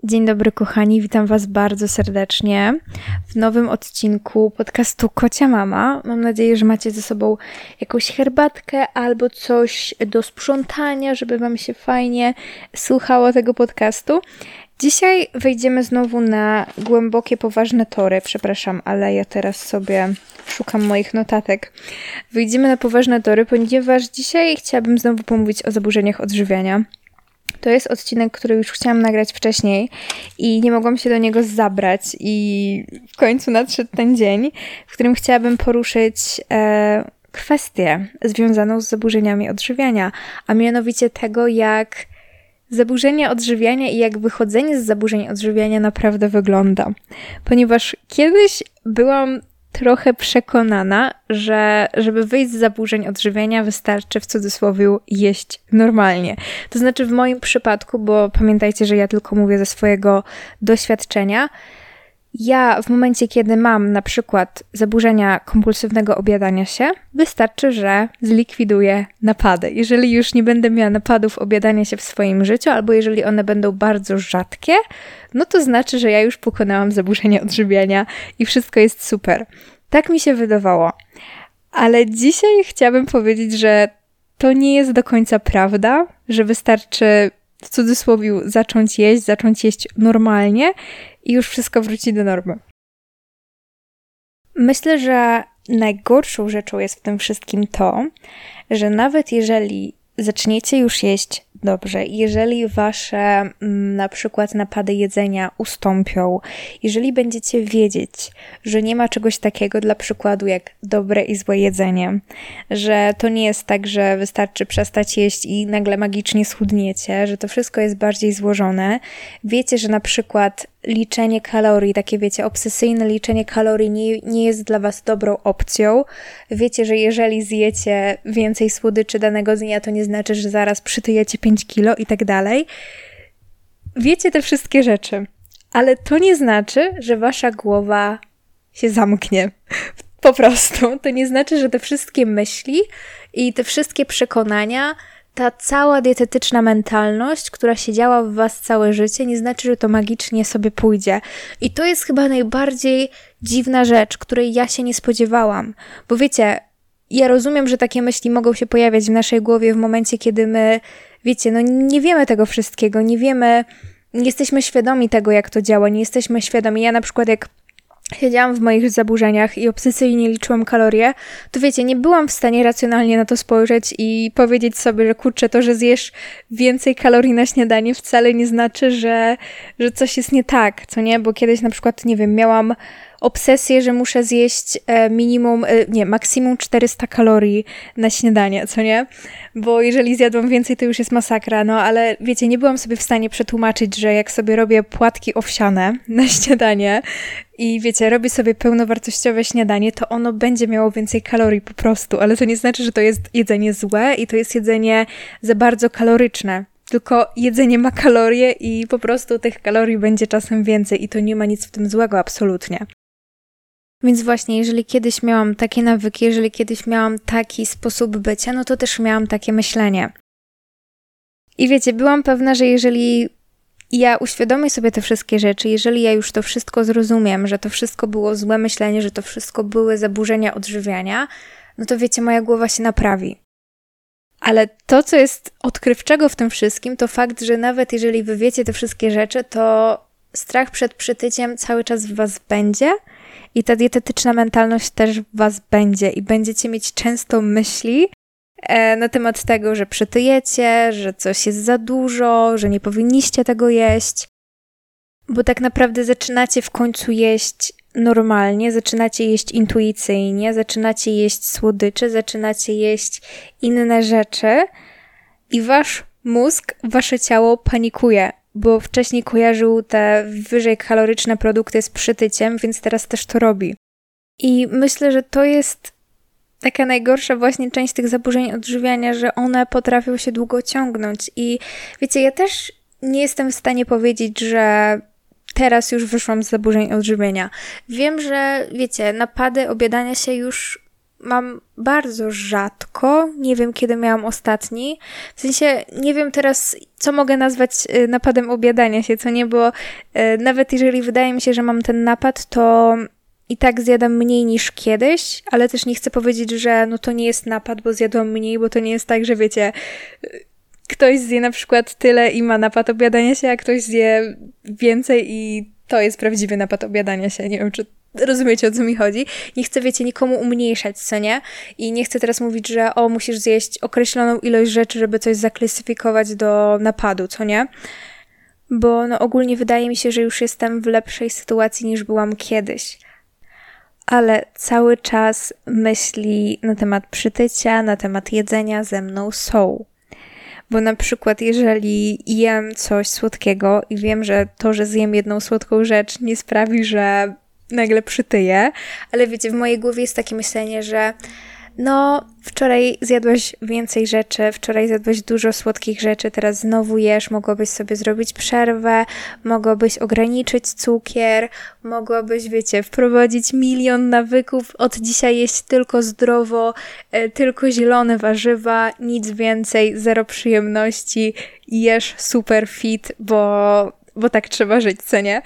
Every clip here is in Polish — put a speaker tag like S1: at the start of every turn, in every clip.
S1: Dzień dobry kochani, witam Was bardzo serdecznie w nowym odcinku podcastu Kocia Mama. Mam nadzieję, że macie ze sobą jakąś herbatkę albo coś do sprzątania, żeby Wam się fajnie słuchało tego podcastu. Dzisiaj wejdziemy znowu na głębokie, poważne tory. Przepraszam, ale ja teraz sobie szukam moich notatek. Wyjdziemy na poważne tory, ponieważ dzisiaj chciałabym znowu pomówić o zaburzeniach odżywiania. To jest odcinek, który już chciałam nagrać wcześniej i nie mogłam się do niego zabrać i w końcu nadszedł ten dzień, w którym chciałabym poruszyć kwestię związaną z zaburzeniami odżywiania, a mianowicie tego, jak zaburzenia odżywiania i jak wychodzenie z zaburzeń odżywiania naprawdę wygląda. Ponieważ kiedyś byłam trochę przekonana, że żeby wyjść z zaburzeń odżywiania wystarczy w cudzysłowie jeść normalnie. To znaczy w moim przypadku, bo pamiętajcie, że ja tylko mówię ze swojego doświadczenia, ja w momencie, kiedy mam na przykład zaburzenia kompulsywnego obiadania się, wystarczy, że zlikwiduję napady. Jeżeli już nie będę miała napadów obiadania się w swoim życiu, albo jeżeli one będą bardzo rzadkie, no to znaczy, że ja już pokonałam zaburzenia odżywiania i wszystko jest super. Tak mi się wydawało. Ale dzisiaj chciałabym powiedzieć, że to nie jest do końca prawda, że wystarczy w cudzysłowie zacząć jeść normalnie i już wszystko wróci do normy. Myślę, że najgorszą rzeczą jest w tym wszystkim to, że nawet jeżeli zaczniecie już jeść dobrze, jeżeli wasze na przykład napady jedzenia ustąpią, jeżeli będziecie wiedzieć, że nie ma czegoś takiego dla przykładu jak dobre i złe jedzenie, że to nie jest tak, że wystarczy przestać jeść i nagle magicznie schudniecie, że to wszystko jest bardziej złożone. Wiecie, że na przykład liczenie kalorii, takie wiecie, obsesyjne liczenie kalorii nie jest dla was dobrą opcją. Wiecie, że jeżeli zjecie więcej słodyczy danego dnia, to nie znaczy, że zaraz przytyjecie 5 kilo i tak dalej. Wiecie te wszystkie rzeczy, ale to nie znaczy, że wasza głowa się zamknie. Po prostu. To nie znaczy, że te wszystkie myśli i te wszystkie przekonania, ta cała dietetyczna mentalność, która siedziała w was całe życie, nie znaczy, że to magicznie sobie pójdzie. I to jest chyba najbardziej dziwna rzecz, której ja się nie spodziewałam. Bo wiecie, ja rozumiem, że takie myśli mogą się pojawiać w naszej głowie w momencie, kiedy my, wiecie, nie wiemy tego wszystkiego, nie jesteśmy świadomi tego, jak to działa, nie jesteśmy świadomi. Ja na przykład jak siedziałam w moich zaburzeniach i obsesyjnie liczyłam kalorie, to wiecie, nie byłam w stanie racjonalnie na to spojrzeć i powiedzieć sobie, że kurczę, to, że zjesz więcej kalorii na śniadanie wcale nie znaczy, że coś jest nie tak, co nie? Bo kiedyś na przykład, nie wiem, miałam obsesję, że muszę zjeść maksimum 400 kalorii na śniadanie, co nie? Bo jeżeli zjadłam więcej, to już jest masakra, ale wiecie, nie byłam sobie w stanie przetłumaczyć, że jak sobie robię płatki owsiane na śniadanie i wiecie, robię sobie pełnowartościowe śniadanie, to ono będzie miało więcej kalorii po prostu, ale to nie znaczy, że to jest jedzenie złe i to jest jedzenie za bardzo kaloryczne. Tylko jedzenie ma kalorie i po prostu tych kalorii będzie czasem więcej i to nie ma nic w tym złego absolutnie. Więc właśnie, jeżeli kiedyś miałam takie nawyki, jeżeli kiedyś miałam taki sposób bycia, no to też miałam takie myślenie. I wiecie, byłam pewna, że jeżeli ja uświadomię sobie te wszystkie rzeczy, jeżeli ja już to wszystko zrozumiem, że to wszystko było złe myślenie, że to wszystko były zaburzenia odżywiania, no to wiecie, moja głowa się naprawi. Ale to, co jest odkrywczego w tym wszystkim, to fakt, że nawet jeżeli wy wiecie te wszystkie rzeczy, to strach przed przytyciem cały czas w was będzie i ta dietetyczna mentalność też w was będzie i będziecie mieć często myśli na temat tego, że przytyjecie, że coś jest za dużo, że nie powinniście tego jeść, bo tak naprawdę zaczynacie w końcu jeść normalnie, zaczynacie jeść intuicyjnie, zaczynacie jeść słodycze, zaczynacie jeść inne rzeczy i wasz mózg, wasze ciało panikuje, bo wcześniej kojarzył te wyżej kaloryczne produkty z przytyciem, więc teraz też to robi. I myślę, że to jest taka najgorsza właśnie część tych zaburzeń odżywiania, że one potrafią się długo ciągnąć. I wiecie, ja też nie jestem w stanie powiedzieć, że teraz już wyszłam z zaburzeń odżywienia. Wiem, że wiecie, napady obiadania się już mam bardzo rzadko, nie wiem kiedy miałam ostatni, w sensie nie wiem teraz, co mogę nazwać napadem objadania się, co nie, bo nawet jeżeli wydaje mi się, że mam ten napad, to i tak zjadam mniej niż kiedyś, ale też nie chcę powiedzieć, że no to nie jest napad, bo zjadłam mniej, bo to nie jest tak, że wiecie, ktoś zje na przykład tyle i ma napad objadania się, a ktoś zje więcej i to jest prawdziwy napad objadania się. Nie wiem, czy rozumiecie, o co mi chodzi. Nie chcę, wiecie, nikomu umniejszać, co nie? I nie chcę teraz mówić, że musisz zjeść określoną ilość rzeczy, żeby coś zaklasyfikować do napadu, co nie? Bo no ogólnie wydaje mi się, że już jestem w lepszej sytuacji niż byłam kiedyś. Ale cały czas myśli na temat przytycia, na temat jedzenia ze mną są. Bo na przykład jeżeli jem coś słodkiego i wiem, że to, że zjem jedną słodką rzecz nie sprawi, że nagle przytyję, ale wiecie, w mojej głowie jest takie myślenie, że no, wczoraj zjadłaś więcej rzeczy, wczoraj zjadłaś dużo słodkich rzeczy, teraz znowu jesz, mogłabyś sobie zrobić przerwę, mogłabyś ograniczyć cukier, mogłabyś, wiecie, wprowadzić 1 000 000 nawyków, od dzisiaj jeść tylko zdrowo, tylko zielone warzywa, nic więcej, zero przyjemności, jesz super fit, bo tak trzeba żyć, co nie?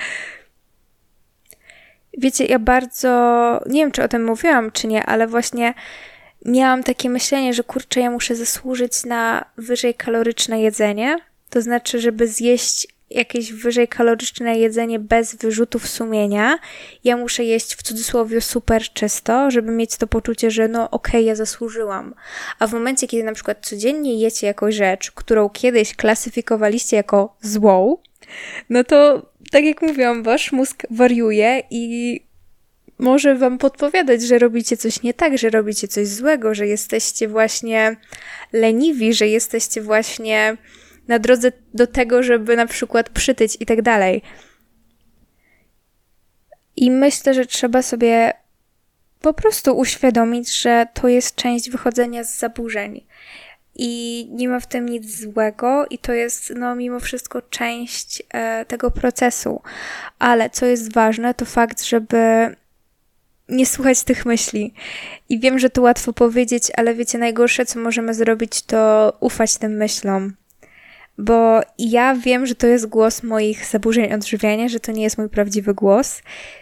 S1: Wiecie, ja bardzo, nie wiem czy o tym mówiłam, czy nie, ale właśnie miałam takie myślenie, że kurczę, ja muszę zasłużyć na wyżej kaloryczne jedzenie, to znaczy, żeby zjeść jakieś wyżej kaloryczne jedzenie bez wyrzutów sumienia, ja muszę jeść w cudzysłowie super czysto, żeby mieć to poczucie, że no okej, ja zasłużyłam. A w momencie, kiedy na przykład codziennie jecie jakąś rzecz, którą kiedyś klasyfikowaliście jako złą, no to tak jak mówiłam, wasz mózg wariuje i może wam podpowiadać, że robicie coś nie tak, że robicie coś złego, że jesteście właśnie leniwi, że jesteście właśnie na drodze do tego, żeby na przykład przytyć i tak dalej. I myślę, że trzeba sobie po prostu uświadomić, że to jest część wychodzenia z zaburzeń. I nie ma w tym nic złego i to jest no mimo wszystko część tego procesu. Ale co jest ważne, to fakt, żeby nie słuchać tych myśli. I wiem, że to łatwo powiedzieć, ale wiecie, najgorsze, co możemy zrobić, to ufać tym myślom. Bo ja wiem, że to jest głos moich zaburzeń odżywiania, że to nie jest mój prawdziwy głos.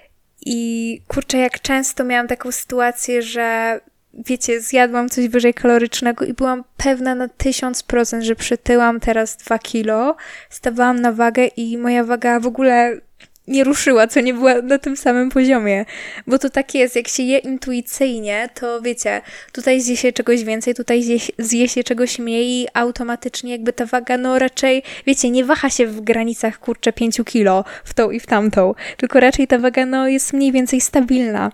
S1: I kurczę, jak często miałam taką sytuację, że wiecie, zjadłam coś wyżej kalorycznego i byłam pewna na 1000%, że przytyłam teraz 2 kilo, stawałam na wagę i moja waga w ogóle nie ruszyła, co nie była na tym samym poziomie. Bo to tak jest, jak się je intuicyjnie, to wiecie, tutaj zje się czegoś więcej, tutaj zje się czegoś mniej i automatycznie jakby ta waga, no raczej, wiecie, nie waha się w granicach, kurczę, 5 kilo w tą i w tamtą, tylko raczej ta waga, no jest mniej więcej stabilna.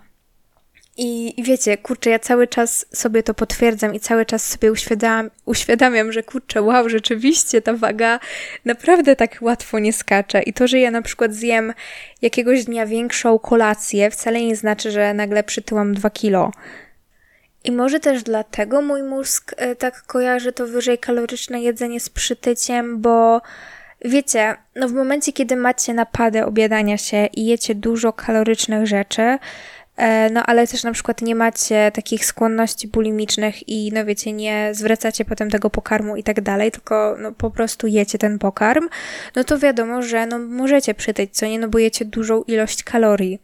S1: I wiecie, kurczę, ja cały czas sobie to potwierdzam i cały czas sobie uświadamiam, że kurczę, wow, rzeczywiście ta waga naprawdę tak łatwo nie skacze. I to, że ja na przykład zjem jakiegoś dnia większą kolację, wcale nie znaczy, że nagle przytyłam 2 kilo. I może też dlatego mój mózg tak kojarzy to wyżej kaloryczne jedzenie z przytyciem, bo wiecie, no w momencie, kiedy macie napady objadania się i jecie dużo kalorycznych rzeczy, no ale też na przykład nie macie takich skłonności bulimicznych i no wiecie, nie zwracacie potem tego pokarmu i tak dalej, tylko no po prostu jecie ten pokarm, no to wiadomo, że no możecie przytyć, co nie, no bo jecie dużą ilość kalorii.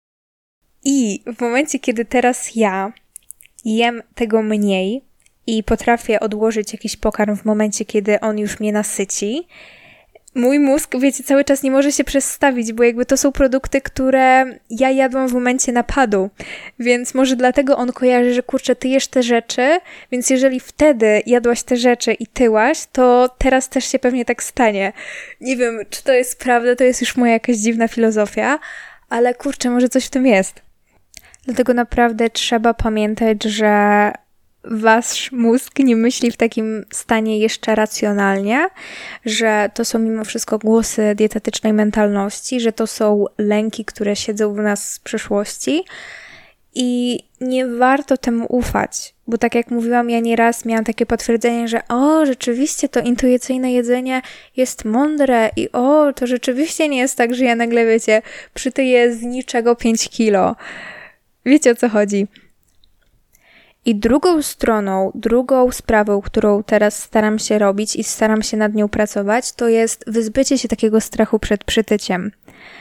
S1: I w momencie, kiedy teraz ja jem tego mniej i potrafię odłożyć jakiś pokarm w momencie, kiedy on już mnie nasyci, mój mózg, wiecie, cały czas nie może się przestawić, bo jakby to są produkty, które ja jadłam w momencie napadu, więc może dlatego on kojarzy, że kurczę, ty jesz te rzeczy, więc jeżeli wtedy jadłaś te rzeczy i tyłaś, to teraz też się pewnie tak stanie. Nie wiem, czy to jest prawda, to jest już moja jakaś dziwna filozofia, ale kurczę, może coś w tym jest. Dlatego naprawdę trzeba pamiętać, że wasz mózg nie myśli w takim stanie jeszcze racjonalnie, że to są mimo wszystko głosy dietetycznej mentalności, że to są lęki, które siedzą w nas z przeszłości i nie warto temu ufać, bo tak jak mówiłam, ja nieraz miałam takie potwierdzenie, że rzeczywiście to intuicyjne jedzenie jest mądre i to rzeczywiście nie jest tak, że ja nagle, wiecie, przytyję z niczego 5 kilo. Wiecie, o co chodzi. I drugą stroną, drugą sprawą, którą teraz staram się robić i staram się nad nią pracować, to jest wyzbycie się takiego strachu przed przytyciem.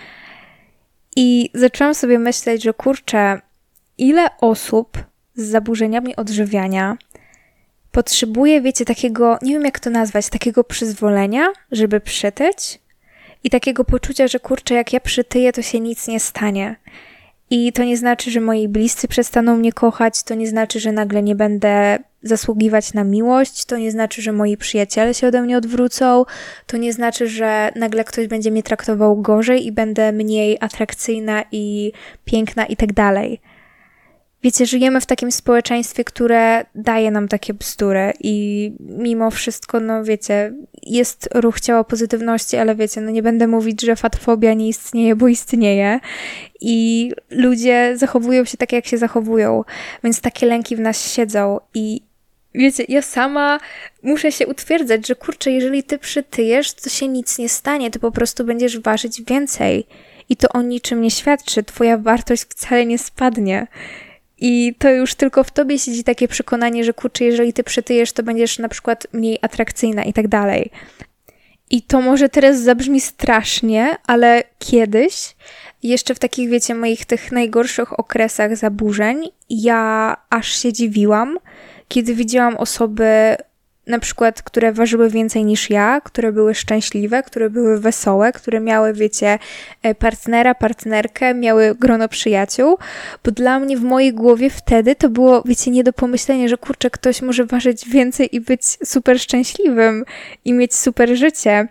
S1: I zaczęłam sobie myśleć, że kurczę, ile osób z zaburzeniami odżywiania potrzebuje, wiecie, takiego, nie wiem jak to nazwać, takiego przyzwolenia, żeby przytyć i takiego poczucia, że kurczę, jak ja przytyję, to się nic nie stanie. I to nie znaczy, że moi bliscy przestaną mnie kochać, to nie znaczy, że nagle nie będę zasługiwać na miłość, to nie znaczy, że moi przyjaciele się ode mnie odwrócą, to nie znaczy, że nagle ktoś będzie mnie traktował gorzej i będę mniej atrakcyjna i piękna i tak dalej. Wiecie, żyjemy w takim społeczeństwie, które daje nam takie bzdury i mimo wszystko, no wiecie, jest ruch ciała pozytywności, ale wiecie, no nie będę mówić, że fatfobia nie istnieje, bo istnieje i ludzie zachowują się tak, jak się zachowują, więc takie lęki w nas siedzą i wiecie, ja sama muszę się utwierdzać, że kurczę, jeżeli ty przytyjesz, to się nic nie stanie, ty po prostu będziesz ważyć więcej i to o niczym nie świadczy, twoja wartość wcale nie spadnie. I to już tylko w tobie siedzi takie przekonanie, że kurczę, jeżeli ty przytyjesz, to będziesz na przykład mniej atrakcyjna i tak dalej. I to może teraz zabrzmi strasznie, ale kiedyś, jeszcze w takich, wiecie, moich tych najgorszych okresach zaburzeń, ja aż się dziwiłam, kiedy widziałam osoby, na przykład, które ważyły więcej niż ja, które były szczęśliwe, które były wesołe, które miały, wiecie, partnera, partnerkę, miały grono przyjaciół, bo dla mnie w mojej głowie wtedy to było, wiecie, nie do pomyślenia, że kurczę, ktoś może ważyć więcej i być super szczęśliwym i mieć super życie.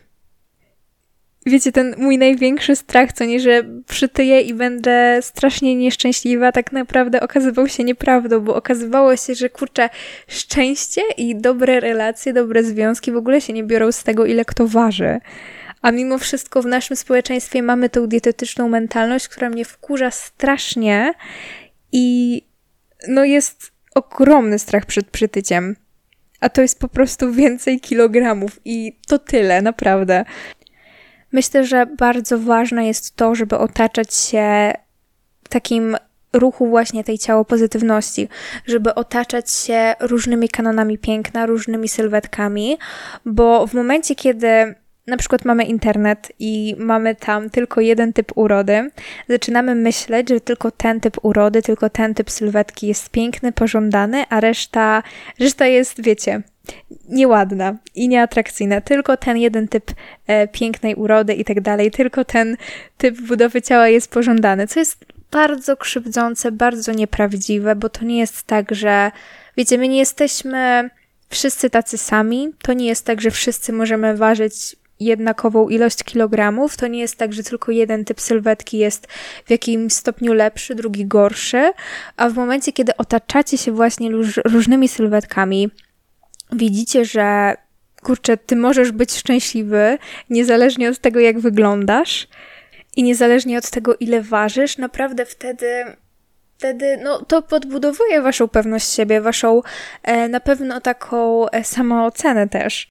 S1: Wiecie, ten mój największy strach, co nie, że przytyję i będę strasznie nieszczęśliwa, tak naprawdę okazywał się nieprawdą, bo okazywało się, że kurczę, szczęście i dobre relacje, dobre związki w ogóle się nie biorą z tego, ile kto waży. A mimo wszystko w naszym społeczeństwie mamy tą dietetyczną mentalność, która mnie wkurza strasznie i no jest ogromny strach przed przytyciem. A to jest po prostu więcej kilogramów i to tyle, naprawdę. Myślę, że bardzo ważne jest to, żeby otaczać się takim ruchu właśnie tej ciałopozytywności, żeby otaczać się różnymi kanonami piękna, różnymi sylwetkami, bo w momencie, kiedy na przykład mamy internet i mamy tam tylko jeden typ urody, zaczynamy myśleć, że tylko ten typ urody, tylko ten typ sylwetki jest piękny, pożądany, a reszta jest, wiecie, nieładna i nieatrakcyjna. Tylko ten jeden typ pięknej urody i tak dalej, tylko ten typ budowy ciała jest pożądany, co jest bardzo krzywdzące, bardzo nieprawdziwe, bo to nie jest tak, że wiecie, my nie jesteśmy wszyscy tacy sami, to nie jest tak, że wszyscy możemy ważyć jednakową ilość kilogramów, to nie jest tak, że tylko jeden typ sylwetki jest w jakimś stopniu lepszy, drugi gorszy, a w momencie, kiedy otaczacie się właśnie różnymi sylwetkami, widzicie, że kurczę, ty możesz być szczęśliwy niezależnie od tego, jak wyglądasz i niezależnie od tego, ile ważysz, naprawdę wtedy no, to podbudowuje waszą pewność siebie, waszą na pewno taką samoocenę też.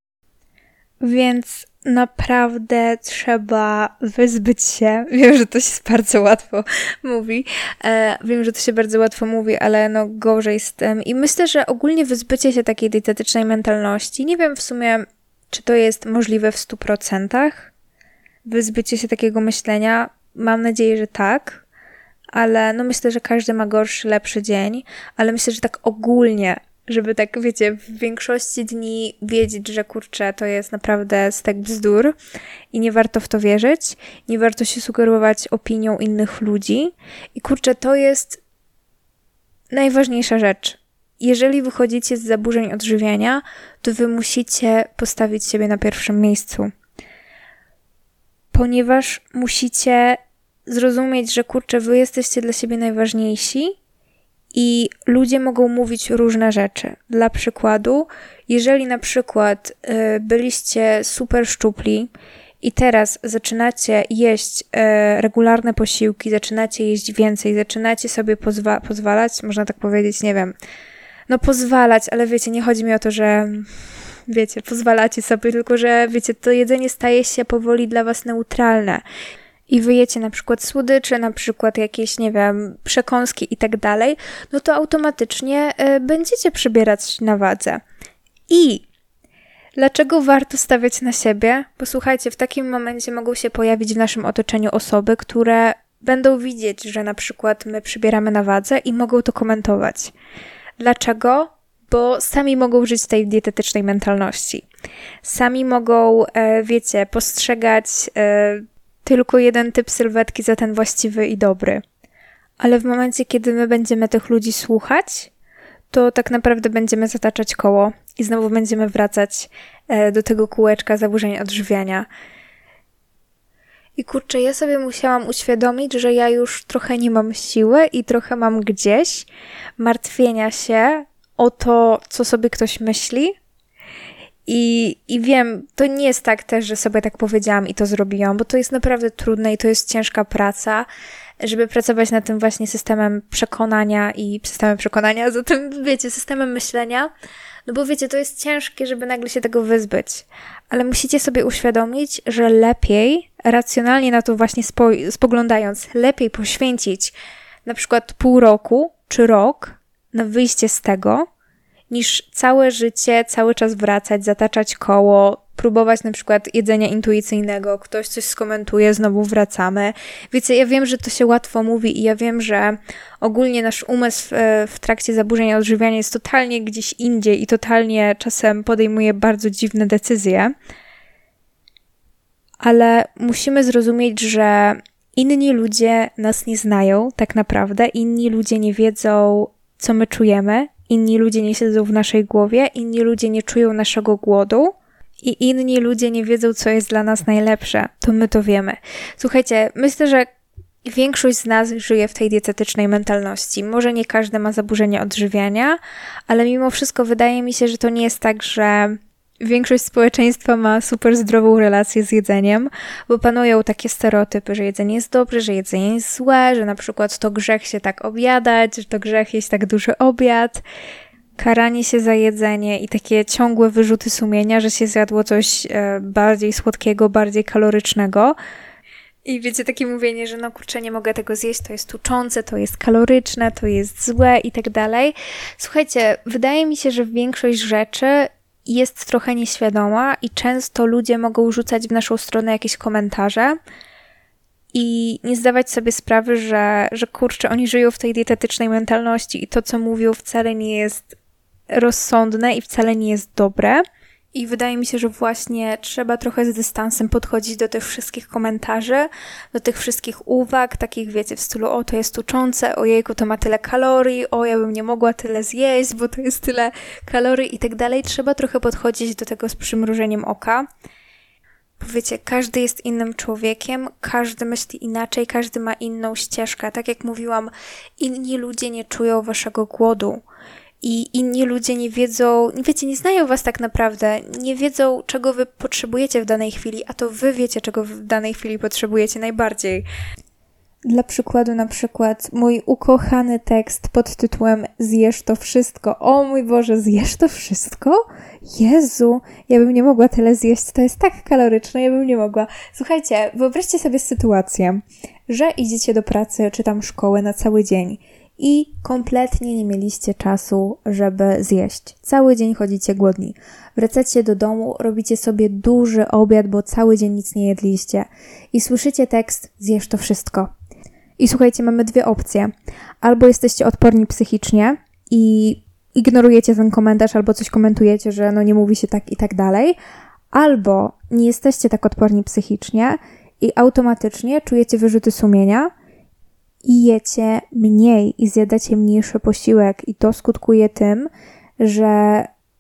S1: Więc naprawdę trzeba wyzbyć się. Wiem, że to się bardzo łatwo mówi. Ale no gorzej z tym. I myślę, że ogólnie wyzbycie się takiej dietetycznej mentalności, nie wiem w sumie, czy to jest możliwe w 100%. Wyzbycie się takiego myślenia, mam nadzieję, że tak. Ale no myślę, że każdy ma gorszy, lepszy dzień. Ale myślę, że tak ogólnie, żeby tak, wiecie, w większości dni wiedzieć, że kurczę, to jest naprawdę stek bzdur i nie warto w to wierzyć, nie warto się sugerować opinią innych ludzi i kurczę, to jest najważniejsza rzecz. Jeżeli wychodzicie z zaburzeń odżywiania, to wy musicie postawić siebie na pierwszym miejscu, ponieważ musicie zrozumieć, że kurczę, wy jesteście dla siebie najważniejsi i ludzie mogą mówić różne rzeczy. Dla przykładu, jeżeli na przykład byliście super szczupli i teraz zaczynacie jeść regularne posiłki, zaczynacie jeść więcej, zaczynacie sobie pozwalać, można tak powiedzieć, nie wiem, no pozwalać, ale wiecie, nie chodzi mi o to, że wiecie, pozwalacie sobie, tylko że wiecie, to jedzenie staje się powoli dla was neutralne. i wy jecie na przykład słodycze, na przykład jakieś, nie wiem, przekąski i tak dalej, no to automatycznie będziecie przybierać na wadze. I dlaczego warto stawiać na siebie? Bo słuchajcie, w takim momencie mogą się pojawić w naszym otoczeniu osoby, które będą widzieć, że na przykład my przybieramy na wadze i mogą to komentować. Dlaczego? Bo sami mogą żyć w tej dietetycznej mentalności. Sami mogą, wiecie, postrzegać tylko jeden typ sylwetki za ten właściwy i dobry. Ale w momencie, kiedy my będziemy tych ludzi słuchać, to tak naprawdę będziemy zataczać koło i znowu będziemy wracać do tego kółeczka zaburzeń odżywiania. I kurczę, ja sobie musiałam uświadomić, że ja już trochę nie mam siły i trochę mam gdzieś martwienia się o to, co sobie ktoś myśli. I wiem, to nie jest tak też, że sobie tak powiedziałam i to zrobiłam, bo to jest naprawdę trudne i to jest ciężka praca, żeby pracować nad tym właśnie systemem przekonania, zatem wiecie, systemem myślenia, no bo wiecie, to jest ciężkie, żeby nagle się tego wyzbyć, ale musicie sobie uświadomić, że lepiej, racjonalnie na to właśnie spoglądając, lepiej poświęcić na przykład pół roku czy rok na wyjście z tego, niż całe życie, cały czas wracać, zataczać koło, próbować na przykład jedzenia intuicyjnego, ktoś coś skomentuje, znowu wracamy. Wiecie, ja wiem, że to się łatwo mówi i ja wiem, że ogólnie nasz umysł w trakcie zaburzeń odżywiania jest totalnie gdzieś indziej i totalnie czasem podejmuje bardzo dziwne decyzje, ale musimy zrozumieć, że inni ludzie nas nie znają tak naprawdę, inni ludzie nie wiedzą, co my czujemy, inni ludzie nie siedzą w naszej głowie, inni ludzie nie czują naszego głodu i inni ludzie nie wiedzą, co jest dla nas najlepsze. To my to wiemy. Słuchajcie, myślę, że większość z nas żyje w tej dietetycznej mentalności. Może nie każdy ma zaburzenia odżywiania, ale mimo wszystko wydaje mi się, że to nie jest tak, że większość społeczeństwa ma super zdrową relację z jedzeniem, bo panują takie stereotypy, że jedzenie jest dobre, że jedzenie jest złe, że na przykład to grzech się tak obiadać, że to grzech jeść tak duży obiad, karanie się za jedzenie i takie ciągłe wyrzuty sumienia, że się zjadło coś bardziej słodkiego, bardziej kalorycznego. I wiecie, takie mówienie, że no kurczę, nie mogę tego zjeść, to jest tuczące, to jest kaloryczne, to jest złe i tak dalej. Słuchajcie, wydaje mi się, że większość rzeczy jest trochę nieświadoma i często ludzie mogą rzucać w naszą stronę jakieś komentarze i nie zdawać sobie sprawy, że kurczę, oni żyją w tej dietetycznej mentalności i to, co mówią, wcale nie jest rozsądne i wcale nie jest dobre. I wydaje mi się, że właśnie trzeba trochę z dystansem podchodzić do tych wszystkich komentarzy, do tych wszystkich uwag, takich wiecie, w stylu o, to jest tuczące, ojejku, to ma tyle kalorii, o, ja bym nie mogła tyle zjeść, bo to jest tyle kalorii i tak dalej. Trzeba trochę podchodzić do tego z przymrużeniem oka. Bo wiecie, każdy jest innym człowiekiem, każdy myśli inaczej, każdy ma inną ścieżkę. Tak jak mówiłam, inni ludzie nie czują waszego głodu. I inni ludzie nie wiedzą, wiecie, nie znają was tak naprawdę, nie wiedzą, czego wy potrzebujecie w danej chwili, a to wy wiecie, czego w danej chwili potrzebujecie najbardziej. Dla przykładu na przykład mój ukochany tekst pod tytułem Zjesz to wszystko. O mój Boże, zjesz to wszystko? Jezu, ja bym nie mogła tyle zjeść, to jest tak kaloryczne, ja bym nie mogła. Słuchajcie, wyobraźcie sobie sytuację, że idziecie do pracy czy tam szkoły na cały dzień i kompletnie nie mieliście czasu, żeby zjeść. Cały dzień chodzicie głodni. Wracacie do domu, robicie sobie duży obiad, bo cały dzień nic nie jedliście. I słyszycie tekst, zjesz to wszystko. I słuchajcie, mamy dwie opcje. Albo jesteście odporni psychicznie i ignorujecie ten komentarz, albo coś komentujecie, że no nie mówi się tak i tak dalej. Albo nie jesteście tak odporni psychicznie i automatycznie czujecie wyrzuty sumienia, i jecie mniej i zjadacie mniejszy posiłek i to skutkuje tym, że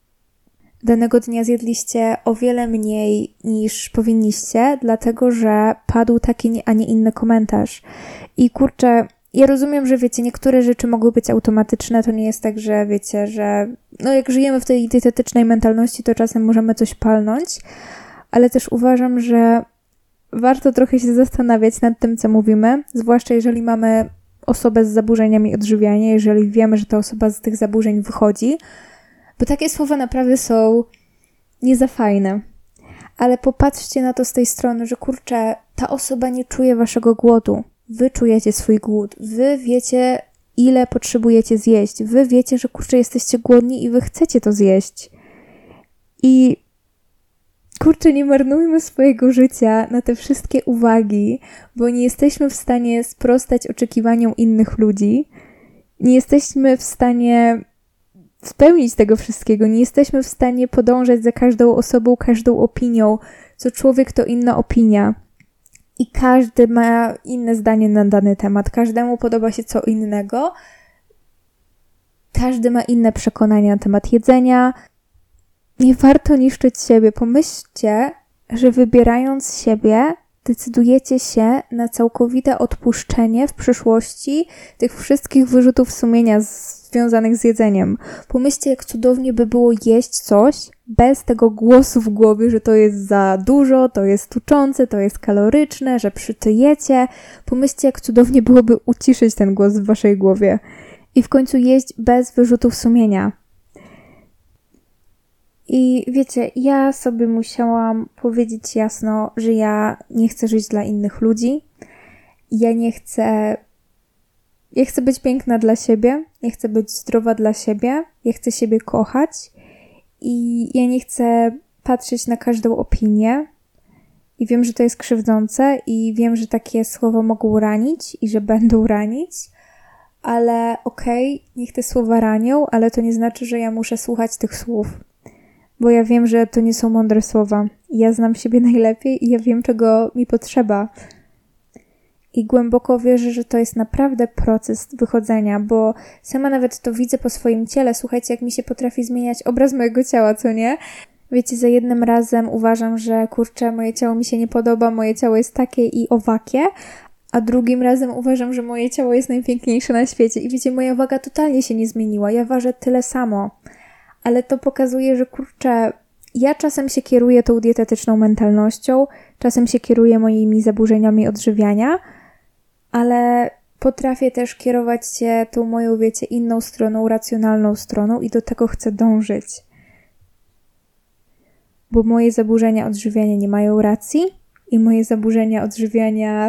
S1: danego dnia zjedliście o wiele mniej niż powinniście, dlatego że padł taki, a nie inny komentarz. I kurczę, ja rozumiem, że wiecie, niektóre rzeczy mogą być automatyczne, to nie jest tak, że wiecie, że no jak żyjemy w tej dietetycznej mentalności, to czasem możemy coś palnąć, ale też uważam, że warto trochę się zastanawiać nad tym, co mówimy, zwłaszcza jeżeli mamy osobę z zaburzeniami odżywiania, jeżeli wiemy, że ta osoba z tych zaburzeń wychodzi, bo takie słowa naprawdę są nie za fajne. ale popatrzcie na to z tej strony, że kurczę, ta osoba nie czuje waszego głodu. Wy czujecie swój głód. Wy wiecie, ile potrzebujecie zjeść. Wy wiecie, że kurczę, jesteście głodni i wy chcecie to zjeść. I kurczę, nie marnujmy swojego życia na te wszystkie uwagi, bo nie jesteśmy w stanie sprostać oczekiwaniom innych ludzi. Nie jesteśmy w stanie spełnić tego wszystkiego. Nie jesteśmy w stanie podążać za każdą osobą, każdą opinią. Co człowiek, to inna opinia. I każdy ma inne zdanie na dany temat. Każdemu podoba się co innego. Każdy ma inne przekonania na temat jedzenia. Nie warto niszczyć siebie. Pomyślcie, że wybierając siebie, decydujecie się na całkowite odpuszczenie w przyszłości tych wszystkich wyrzutów sumienia związanych z jedzeniem. Pomyślcie, jak cudownie by było jeść coś bez tego głosu w głowie, że to jest za dużo, to jest tuczące, to jest kaloryczne, że przytyjecie. Pomyślcie, jak cudownie byłoby uciszyć ten głos w waszej głowie i w końcu jeść bez wyrzutów sumienia. I wiecie, ja sobie musiałam powiedzieć jasno, że ja nie chcę żyć dla innych ludzi. Ja chcę być piękna dla siebie, ja chcę być zdrowa dla siebie, ja chcę siebie kochać i ja nie chcę patrzeć na każdą opinię. I wiem, że to jest krzywdzące i wiem, że takie słowa mogą ranić i że będą ranić, ale okej, niech te słowa ranią, ale to nie znaczy, że ja muszę słuchać tych słów. Bo ja wiem, że to nie są mądre słowa. Ja znam siebie najlepiej i ja wiem, czego mi potrzeba. I głęboko wierzę, że to jest naprawdę proces wychodzenia, bo sama nawet to widzę po swoim ciele. Słuchajcie, jak mi się potrafi zmieniać obraz mojego ciała, co nie? Wiecie, za jednym razem uważam, że kurczę, moje ciało mi się nie podoba, moje ciało jest takie i owakie, a drugim razem uważam, że moje ciało jest najpiękniejsze na świecie. I wiecie, moja waga totalnie się nie zmieniła. Ja ważę tyle samo. Ale to pokazuje, że kurczę, ja czasem się kieruję tą dietetyczną mentalnością, czasem się kieruję moimi zaburzeniami odżywiania, ale potrafię też kierować się tą moją, wiecie, inną stroną, racjonalną stroną i do tego chcę dążyć. Bo moje zaburzenia odżywiania nie mają racji i moje zaburzenia odżywiania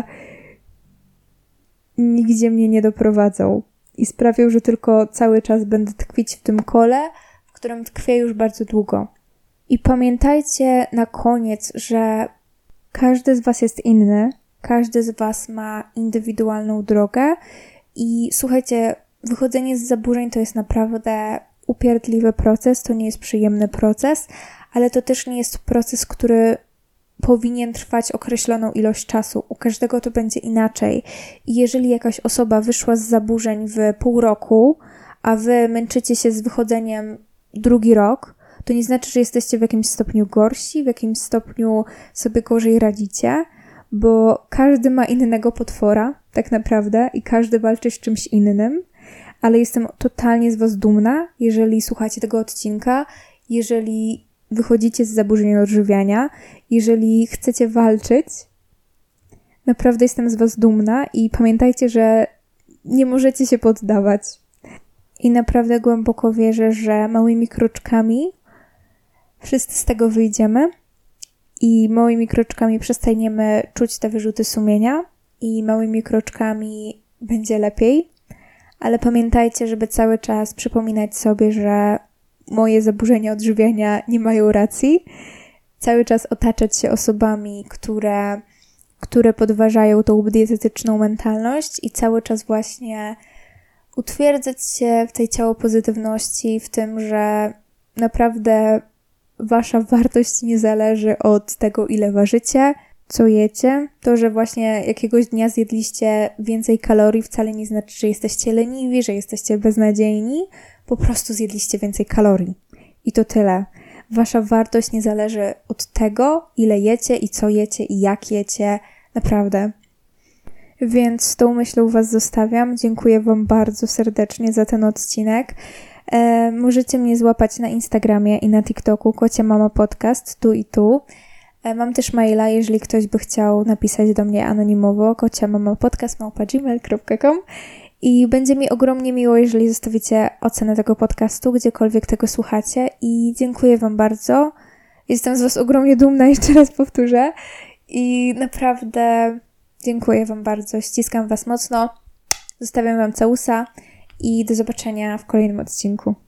S1: nigdzie mnie nie doprowadzą i sprawią, że tylko cały czas będę tkwić w tym kole, w którym tkwię już bardzo długo. I pamiętajcie na koniec, że każdy z was jest inny, każdy z was ma indywidualną drogę i słuchajcie, wychodzenie z zaburzeń to jest naprawdę upierdliwy proces, to nie jest przyjemny proces, ale to też nie jest proces, który powinien trwać określoną ilość czasu. U każdego to będzie inaczej. I jeżeli jakaś osoba wyszła z zaburzeń w pół roku, a wy męczycie się z wychodzeniem drugi rok, to nie znaczy, że jesteście w jakimś stopniu gorsi, w jakimś stopniu sobie gorzej radzicie, bo każdy ma innego potwora, tak naprawdę, i każdy walczy z czymś innym, ale jestem totalnie z was dumna, jeżeli słuchacie tego odcinka, jeżeli wychodzicie z zaburzeń odżywiania, jeżeli chcecie walczyć, naprawdę jestem z was dumna i pamiętajcie, że nie możecie się poddawać. I naprawdę głęboko wierzę, że małymi kroczkami wszyscy z tego wyjdziemy i małymi kroczkami przestaniemy czuć te wyrzuty sumienia i małymi kroczkami będzie lepiej. Ale pamiętajcie, żeby cały czas przypominać sobie, że moje zaburzenia odżywiania nie mają racji. Cały czas otaczać się osobami, które podważają tą dietetyczną mentalność i cały czas właśnie utwierdzać się w tej ciałopozytywności, w tym, że naprawdę wasza wartość nie zależy od tego, ile ważycie, co jecie. To, że właśnie jakiegoś dnia zjedliście więcej kalorii wcale nie znaczy, że jesteście leniwi, że jesteście beznadziejni. Po prostu zjedliście więcej kalorii. I to tyle. Wasza wartość nie zależy od tego, ile jecie i co jecie i jak jecie. Naprawdę. Więc z tą myślą was zostawiam. Dziękuję wam bardzo serdecznie za ten odcinek. Możecie mnie złapać na Instagramie i na TikToku Kocia Mama Podcast, tu i tu. Mam też maila, jeżeli ktoś by chciał napisać do mnie anonimowo, kociamamapodcast@gmail.com i będzie mi ogromnie miło, jeżeli zostawicie ocenę tego podcastu, gdziekolwiek tego słuchacie i dziękuję wam bardzo. Jestem z Was ogromnie dumna, jeszcze raz powtórzę. I naprawdę dziękuję Wam bardzo, ściskam Was mocno. Zostawiam Wam całusa i do zobaczenia w kolejnym odcinku.